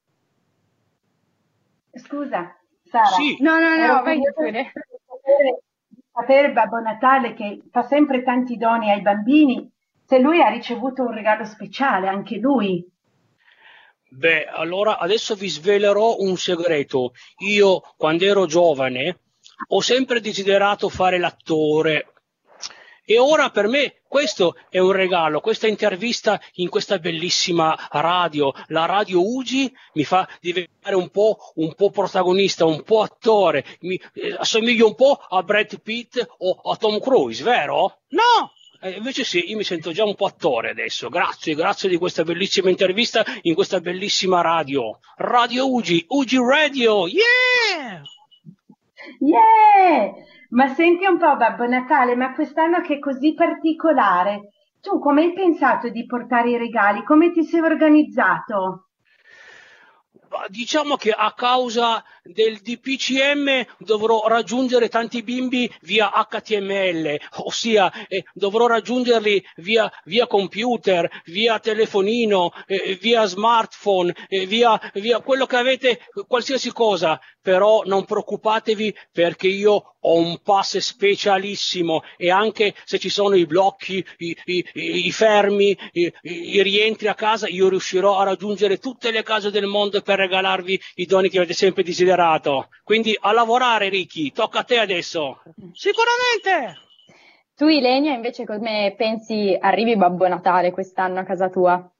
[SPEAKER 7] Scusa, Sara.
[SPEAKER 9] Sì.
[SPEAKER 8] No, no, no,
[SPEAKER 7] Ero
[SPEAKER 8] vai
[SPEAKER 7] curiosa
[SPEAKER 8] pure.
[SPEAKER 7] di sapere, di sapere Babbo Natale, che fa sempre tanti doni ai bambini, se lui ha ricevuto un regalo speciale, anche lui.
[SPEAKER 9] Beh, allora adesso vi svelerò un segreto. Io, quando ero giovane, ho sempre desiderato fare l'attore. E ora per me questo è un regalo, questa intervista in questa bellissima radio, la Radio Ugi, mi fa diventare un po', un po' protagonista, un po' attore, mi eh, assomiglio un po' a Brad Pitt o a Tom Cruise, vero? No! Eh, invece sì, io mi sento già un po' attore adesso. Grazie, grazie di questa bellissima intervista in questa bellissima radio. Radio Ugi, Ugi Radio, yeah!
[SPEAKER 7] Yeah! Ma senti un po', Babbo Natale, ma quest'anno che è così particolare, tu come hai pensato di portare i regali? Come ti sei organizzato?
[SPEAKER 9] Diciamo che a causa del D P C M dovrò raggiungere tanti bimbi via H T M L, ossia eh, dovrò raggiungerli via, via computer, via telefonino, eh, via smartphone, eh, via, via quello che avete, qualsiasi cosa. Però non preoccupatevi perché io ho un pass specialissimo e anche se ci sono i blocchi, i, i, i fermi, i, i rientri a casa, io riuscirò a raggiungere tutte le case del mondo per regalarvi i doni che avete sempre desiderato. Quindi a lavorare, Ricky, tocca a te adesso. Sicuramente!
[SPEAKER 8] Tu, Ilenia, invece come pensi arrivi Babbo Natale quest'anno a casa tua?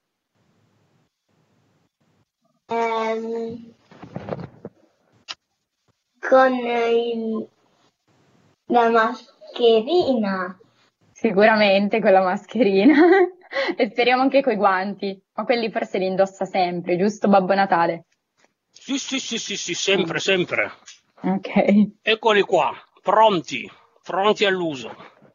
[SPEAKER 10] Ehm, con il, la mascherina.
[SPEAKER 8] Sicuramente con la mascherina e speriamo anche coi guanti, ma quelli forse li indossa sempre, giusto Babbo Natale?
[SPEAKER 9] Sì, sì, sì, sì, sì, sempre, sempre.
[SPEAKER 8] Ok.
[SPEAKER 9] Eccoli qua, pronti, pronti all'uso.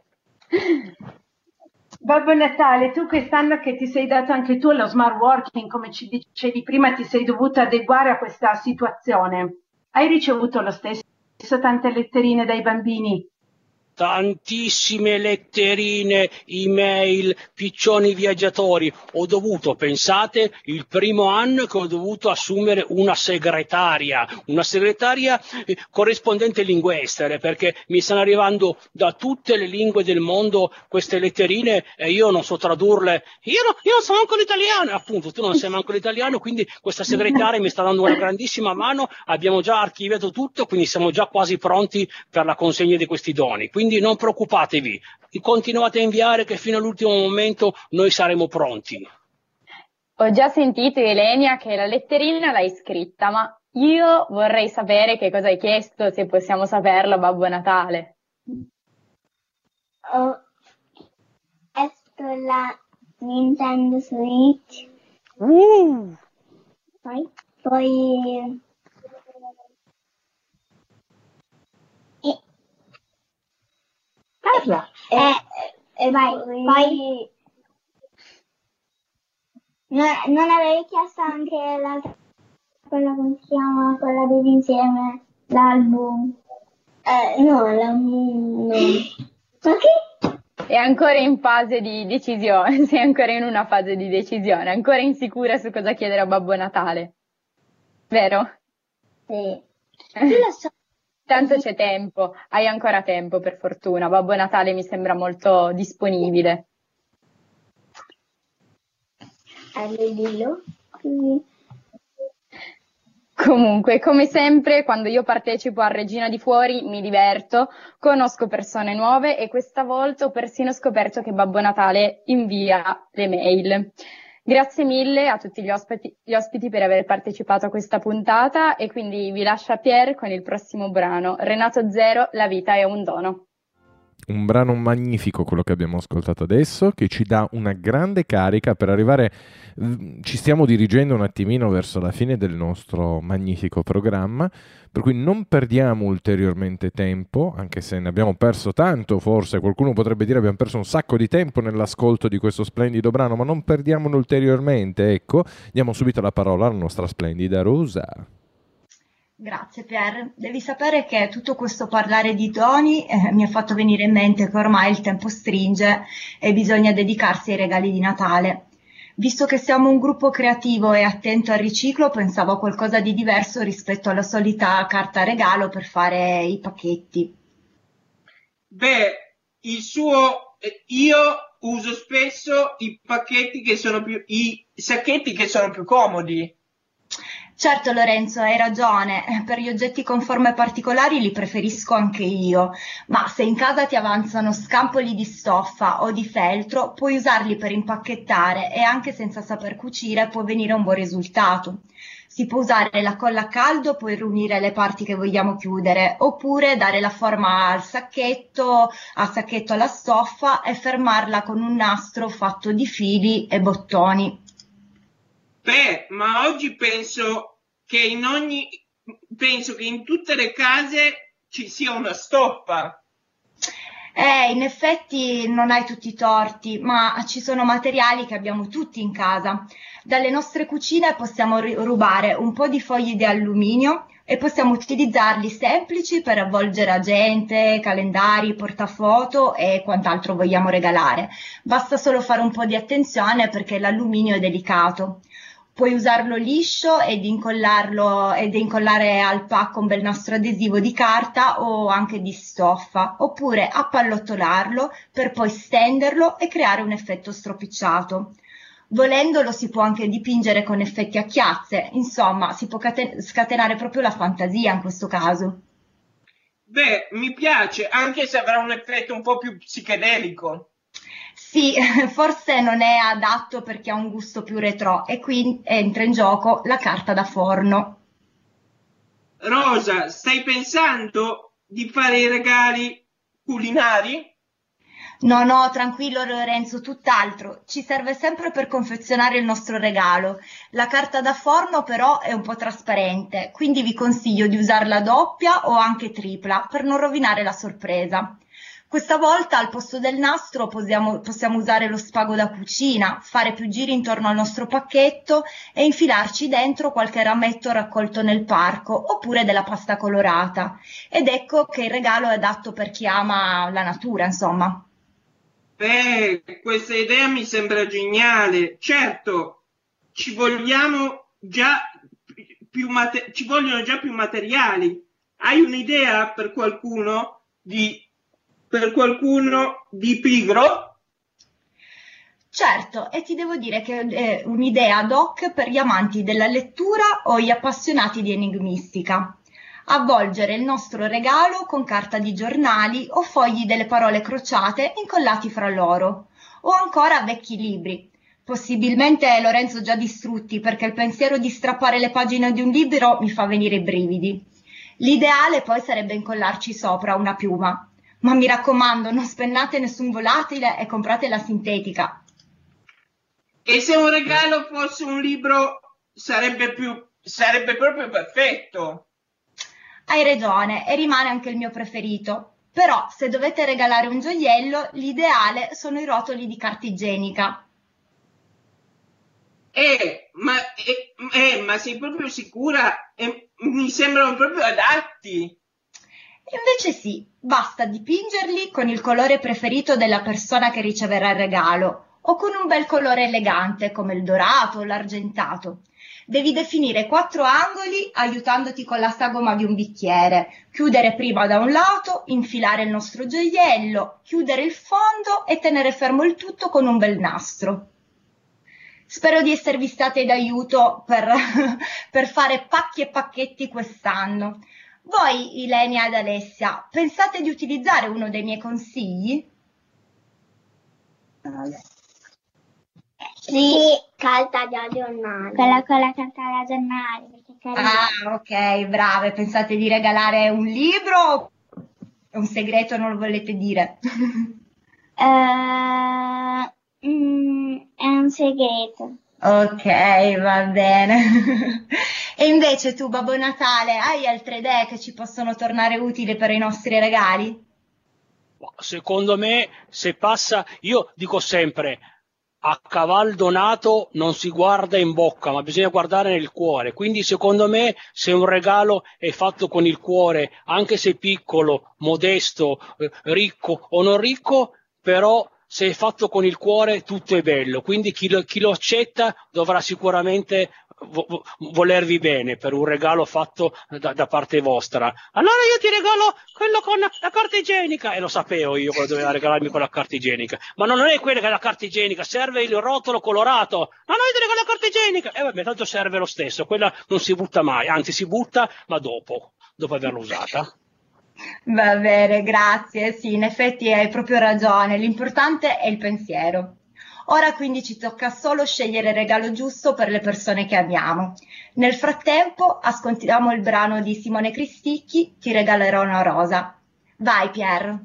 [SPEAKER 7] Babbo Natale, tu quest'anno che ti sei dato anche tu allo smart working, come ci dicevi prima, ti sei dovuto adeguare a questa situazione. Hai ricevuto lo stesso tante letterine dai bambini?
[SPEAKER 9] Tantissime letterine, email, piccioni viaggiatori. Ho dovuto, pensate, il primo anno che ho dovuto assumere una segretaria, una segretaria eh, corrispondente lingue estere, perché mi stanno arrivando da tutte le lingue del mondo queste letterine e io non so tradurle. Io, no, io non so manco l'italiano, appunto, tu non sai manco l'italiano, quindi questa segretaria mi sta dando una grandissima mano. Abbiamo già archiviato tutto, quindi siamo già quasi pronti per la consegna di questi doni. Quindi Quindi non preoccupatevi, continuate a inviare che fino all'ultimo momento noi saremo pronti.
[SPEAKER 8] Ho già sentito, Ilenia, che la letterina l'hai scritta, ma io vorrei sapere che cosa hai chiesto, se possiamo saperlo, Babbo Natale.
[SPEAKER 10] Ho chiesto la Nintendo Switch.
[SPEAKER 9] Uh.
[SPEAKER 10] Poi, poi
[SPEAKER 7] Parla.
[SPEAKER 10] E, e vai, poi non, non avevi chiesto anche l'altra, quella come si chiama, quella dell'insieme, l'album? Eh, no, l'album no. Ma che?
[SPEAKER 8] È ancora in fase di decisione, sei ancora in una fase di decisione, ancora insicura su cosa chiedere a Babbo Natale, vero?
[SPEAKER 10] Sì. Lo so.
[SPEAKER 8] Tanto c'è tempo, hai ancora tempo per fortuna, Babbo Natale mi sembra molto disponibile.
[SPEAKER 10] Dillo.
[SPEAKER 8] Comunque, come sempre, quando io partecipo a Regina di Fuori mi diverto, conosco persone nuove e questa volta ho persino scoperto che Babbo Natale invia le mail. Grazie mille a tutti gli ospiti, gli ospiti per aver partecipato a questa puntata e quindi vi lascio a Pier con il prossimo brano. Renato Zero, La vita è un dono.
[SPEAKER 1] Un brano magnifico quello che abbiamo ascoltato adesso, che ci dà una grande carica per arrivare, ci stiamo dirigendo un attimino verso la fine del nostro magnifico programma, per cui non perdiamo ulteriormente tempo, anche se ne abbiamo perso tanto, forse qualcuno potrebbe dire abbiamo perso un sacco di tempo nell'ascolto di questo splendido brano, ma non perdiamolo ulteriormente, ecco, diamo subito la parola alla nostra splendida Rosa.
[SPEAKER 11] Grazie Pier, devi sapere che tutto questo parlare di doni eh, mi ha fatto venire in mente che ormai il tempo stringe e bisogna dedicarsi ai regali di Natale. Visto che siamo un gruppo creativo e attento al riciclo, pensavo a qualcosa di diverso rispetto alla solita carta regalo per fare i pacchetti.
[SPEAKER 5] Beh, il suo, eh, io uso spesso i pacchetti che sono più, i sacchetti che sono più comodi.
[SPEAKER 11] Certo Lorenzo, hai ragione, per gli oggetti con forme particolari li preferisco anche io, ma se in casa ti avanzano scampoli di stoffa o di feltro, puoi usarli per impacchettare e anche senza saper cucire può venire un buon risultato. Si può usare la colla a caldo per unire le parti che vogliamo chiudere, oppure dare la forma al sacchetto, al sacchetto alla stoffa e fermarla con un nastro fatto di fili e bottoni.
[SPEAKER 5] Beh, ma oggi penso che in ogni, penso che in tutte le case ci sia una stoffa.
[SPEAKER 11] Eh, in effetti non hai tutti i torti, ma ci sono materiali che abbiamo tutti in casa. Dalle nostre cucine possiamo rubare un po' di fogli di alluminio e possiamo utilizzarli semplici per avvolgere agende, calendari, portafoto e quant'altro vogliamo regalare. Basta solo fare un po' di attenzione perché l'alluminio è delicato. Puoi usarlo liscio ed incollarlo ed incollare al pacco un bel nastro adesivo di carta o anche di stoffa, oppure appallottolarlo per poi stenderlo e creare un effetto stropicciato. Volendo lo si può anche dipingere con effetti a chiazze, insomma si può scatenare proprio la fantasia in questo caso.
[SPEAKER 5] Beh, mi piace, anche se avrà un effetto un po' più psichedelico.
[SPEAKER 11] Sì, forse non è adatto perché ha un gusto più retro e qui entra in gioco la carta da forno.
[SPEAKER 5] Rosa, stai pensando di fare i regali culinari?
[SPEAKER 11] No, no, tranquillo Lorenzo, tutt'altro. Ci serve sempre per confezionare il nostro regalo. La carta da forno però è un po' trasparente, quindi vi consiglio di usarla doppia o anche tripla per non rovinare la sorpresa. Questa volta al posto del nastro possiamo, possiamo usare lo spago da cucina, fare più giri intorno al nostro pacchetto e infilarci dentro qualche rametto raccolto nel parco oppure della pasta colorata. Ed ecco che il regalo è adatto per chi ama la natura, insomma.
[SPEAKER 5] Beh, questa idea mi sembra geniale. Certo, ci vogliamo già più mate- ci vogliono già più materiali. Hai un'idea per qualcuno di per qualcuno di pigro?
[SPEAKER 11] Certo, e ti devo dire che è un'idea ad hoc per gli amanti della lettura o gli appassionati di enigmistica. Avvolgere il nostro regalo con carta di giornali o fogli delle parole crociate incollati fra loro, o ancora vecchi libri. Possibilmente Lorenzo già distrutti, perché il pensiero di strappare le pagine di un libro mi fa venire i brividi. L'ideale poi sarebbe incollarci sopra una piuma. Ma mi raccomando, non spennate nessun volatile e comprate la sintetica.
[SPEAKER 5] E se un regalo fosse un libro sarebbe più sarebbe proprio perfetto.
[SPEAKER 11] Hai ragione, e rimane anche il mio preferito. Però, se dovete regalare un gioiello, l'ideale sono i rotoli di carta igienica.
[SPEAKER 5] Eh, ma, eh, eh, ma sei proprio sicura? Eh, mi sembrano proprio adatti.
[SPEAKER 11] Invece sì, basta dipingerli con il colore preferito della persona che riceverà il regalo o con un bel colore elegante come il dorato o l'argentato. Devi definire quattro angoli aiutandoti con la sagoma di un bicchiere, chiudere prima da un lato, infilare il nostro gioiello, chiudere il fondo e tenere fermo il tutto con un bel nastro. Spero di esservi state d'aiuto per, per fare pacchi e pacchetti quest'anno. Voi, Ilenia ed Alessia, pensate di utilizzare uno dei miei consigli?
[SPEAKER 10] Sì, carta da giornale. Quella con la carta da giornale. Perché è
[SPEAKER 11] Ah, ok, brave. Pensate di regalare un libro o è un segreto, non lo volete dire?
[SPEAKER 10] Uh, mm, è un segreto.
[SPEAKER 11] Ok, va bene. E invece tu, Babbo Natale, hai altre idee che ci possono tornare utili per i nostri regali?
[SPEAKER 9] Secondo me, se passa, io dico sempre, a caval donato non si guarda in bocca, ma bisogna guardare nel cuore. Quindi secondo me, se un regalo è fatto con il cuore, anche se piccolo, modesto, eh, ricco o non ricco, però se è fatto con il cuore tutto è bello, quindi chi lo, chi lo accetta dovrà sicuramente vo- vo- volervi bene per un regalo fatto da, da parte vostra. Allora io ti regalo quello con la carta igienica, e lo sapevo io quello doveva regalarmi con la carta igienica, ma non è quella che è la carta igienica, serve il rotolo colorato. No, no, io ti regalo la carta igienica, e eh, vabbè, tanto serve lo stesso, quella non si butta mai, anzi si butta ma dopo, dopo averla usata.
[SPEAKER 11] Va bene, grazie. Sì, in effetti hai proprio ragione. L'importante è il pensiero. Ora quindi ci tocca solo scegliere il regalo giusto per le persone che amiamo. Nel frattempo ascoltiamo il brano di Simone Cristicchi, Ti regalerò una rosa. Vai Pier.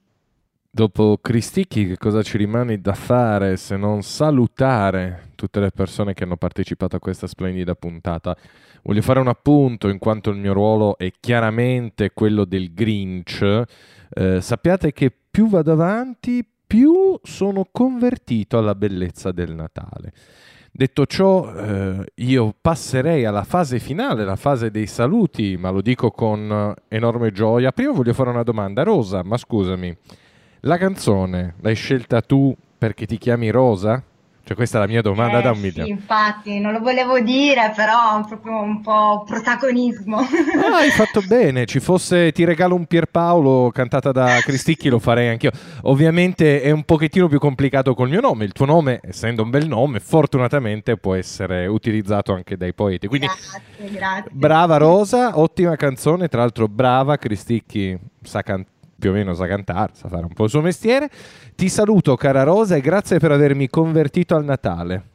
[SPEAKER 1] Dopo Cristicchi che cosa ci rimane da fare se non salutare tutte le persone che hanno partecipato a questa splendida puntata? Voglio fare un appunto in quanto il mio ruolo è chiaramente quello del Grinch. Eh, sappiate che più vado avanti, più sono convertito alla bellezza del Natale. Detto ciò, eh, io passerei alla fase finale, la fase dei saluti, ma lo dico con enorme gioia. Prima voglio fare una domanda. Rosa, ma scusami, la canzone l'hai scelta tu perché ti chiami Rosa? Cioè questa è la mia domanda
[SPEAKER 11] Eh,
[SPEAKER 1] da un
[SPEAKER 11] sì,
[SPEAKER 1] milione.
[SPEAKER 11] infatti, non lo volevo dire, però proprio un po' protagonismo.
[SPEAKER 1] Ah, hai fatto bene, ci fosse Ti regalo un Pierpaolo cantata da Cristicchi lo farei anch'io. Ovviamente è un pochettino più complicato col mio nome, il tuo nome, essendo un bel nome, fortunatamente può essere utilizzato anche dai poeti. Quindi
[SPEAKER 11] Grazie, grazie.
[SPEAKER 1] brava Rosa, ottima canzone, tra l'altro brava, Cristicchi sa cantare. Più o meno sa cantare, sa fare un po' il suo mestiere. Ti saluto cara Rosa e grazie per avermi convertito al Natale.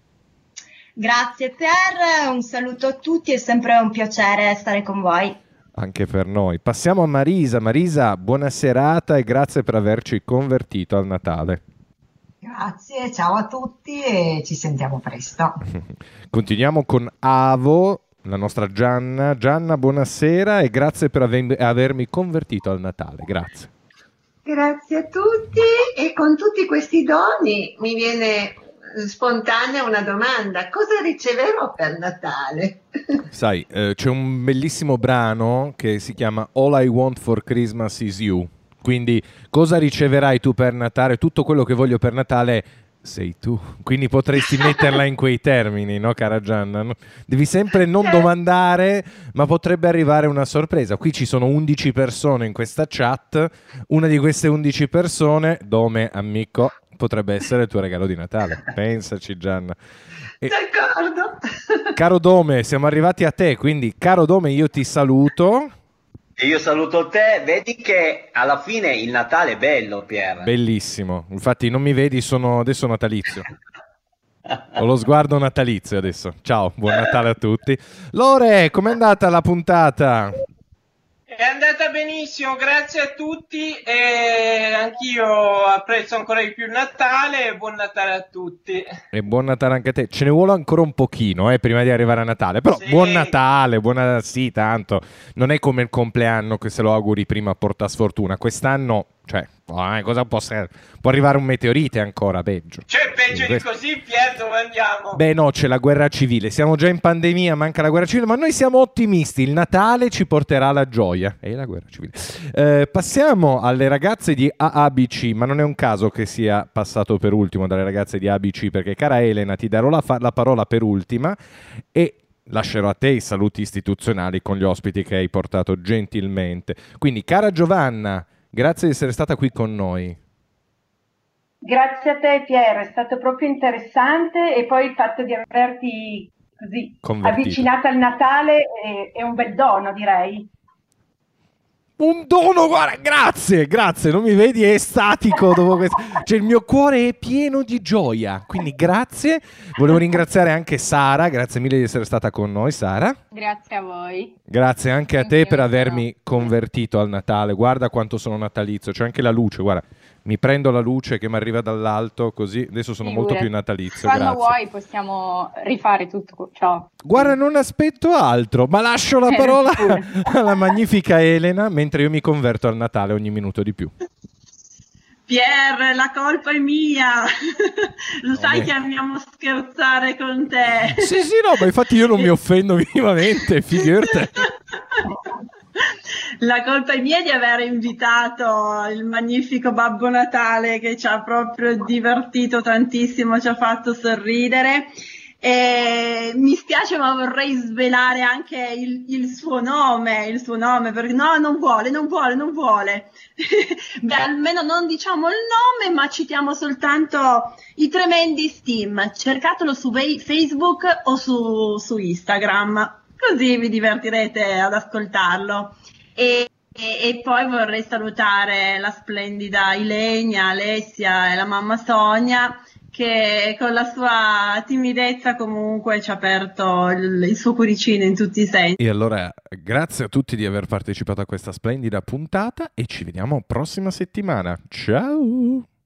[SPEAKER 11] Grazie Pier, un saluto a tutti, è sempre un piacere stare con voi.
[SPEAKER 1] Anche per noi. Passiamo a Marisa. Marisa, buona serata e grazie per averci convertito al Natale.
[SPEAKER 2] Grazie, ciao a tutti e ci sentiamo presto.
[SPEAKER 1] Continuiamo con Avo, la nostra Gianna. Gianna, buonasera e grazie per aver- avermi convertito al Natale. Grazie.
[SPEAKER 4] Grazie a tutti e con tutti questi doni mi viene spontanea una domanda: cosa riceverò per Natale?
[SPEAKER 1] Sai, eh, c'è un bellissimo brano che si chiama All I Want for Christmas is You. Quindi cosa riceverai tu per Natale? Tutto quello che voglio per Natale sei tu. Quindi potresti metterla in quei termini, no cara Gianna? No? Devi sempre non domandare, ma potrebbe arrivare una sorpresa. Qui ci sono undici persone in questa chat. Una di queste undici persone, Dome, amico, potrebbe essere il tuo regalo di Natale. Pensaci Gianna. E,
[SPEAKER 4] D'accordo.
[SPEAKER 1] caro Dome, siamo arrivati a te, quindi caro Dome io ti saluto.
[SPEAKER 6] Io saluto te, vedi che alla fine il Natale è bello, Pier.
[SPEAKER 1] Bellissimo, infatti non mi vedi, sono adesso natalizio. Ho lo sguardo natalizio adesso. Ciao, buon Natale a tutti. Lore, com'è andata la puntata?
[SPEAKER 5] È andata benissimo, grazie a tutti e anch'io apprezzo ancora di più il Natale. Buon Natale a tutti.
[SPEAKER 1] E buon Natale anche a te. Ce ne vuole ancora un pochino eh, prima di arrivare a Natale. Però
[SPEAKER 5] Sì.
[SPEAKER 1] buon Natale, buona... sì, tanto. Non è come il compleanno che se lo auguri prima porta sfortuna. Quest'anno, cioè, eh, cosa può essere? Può arrivare un meteorite ancora, peggio.
[SPEAKER 5] Cioè, peggio di così, Pier, dove andiamo?
[SPEAKER 1] Beh no, c'è la guerra civile, siamo già in pandemia, manca la guerra civile, ma noi siamo ottimisti, il Natale ci porterà la gioia e la guerra civile. Eh, passiamo alle ragazze di A A B C, ma non è un caso che sia passato per ultimo dalle ragazze di A B C, perché cara Elena ti darò la, fa- la parola per ultima e lascerò a te i saluti istituzionali con gli ospiti che hai portato gentilmente. Quindi cara Giovanna, grazie di essere stata qui con noi.
[SPEAKER 7] Grazie a te Pier, è stato proprio interessante e poi il fatto di averti così
[SPEAKER 1] Convertito.
[SPEAKER 7] avvicinata al Natale è, è un bel dono, direi.
[SPEAKER 1] Un dono, guarda, grazie, grazie, non mi vedi, è estatico dopo questo. Cioè il mio cuore è pieno di gioia, quindi grazie. Volevo ringraziare anche Sara, grazie mille di essere stata con noi Sara.
[SPEAKER 8] Grazie a voi.
[SPEAKER 1] Grazie anche a te per avermi convertito al Natale, guarda quanto sono natalizio, c'è anche la luce, guarda, mi prendo la luce che mi arriva dall'alto così, adesso sono molto
[SPEAKER 8] Figurati.
[SPEAKER 1] più natalizio,
[SPEAKER 8] Quando
[SPEAKER 1] grazie.
[SPEAKER 8] vuoi possiamo rifare tutto ciò.
[SPEAKER 1] Guarda, non aspetto altro, ma lascio la
[SPEAKER 8] Eh,
[SPEAKER 1] parola
[SPEAKER 8] pure.
[SPEAKER 1] alla magnifica Elena mentre io mi converto al Natale ogni minuto di più.
[SPEAKER 3] Pier, la colpa è mia. Lo sai
[SPEAKER 1] beh.
[SPEAKER 3] che amiamo scherzare con te.
[SPEAKER 1] Sì, sì, no, ma infatti io non mi offendo minimamente, figurate.
[SPEAKER 3] La colpa è mia di aver invitato il magnifico Babbo Natale, che ci ha proprio divertito tantissimo, ci ha fatto sorridere. E mi spiace, ma vorrei svelare anche il, il suo nome, il suo nome, perché no, non vuole, non vuole, non vuole. Beh, almeno non diciamo il nome, ma citiamo soltanto i tremendi Steam. Cercatelo su Facebook o su, su Instagram, così vi divertirete ad ascoltarlo. E, e, e poi vorrei salutare la splendida Ilenia, Alessia e la mamma Sonia, che con la sua timidezza comunque ci ha aperto il, il suo cuoricino in tutti i sensi.
[SPEAKER 1] E allora grazie a tutti di aver partecipato a questa splendida puntata e ci vediamo prossima settimana. Ciao!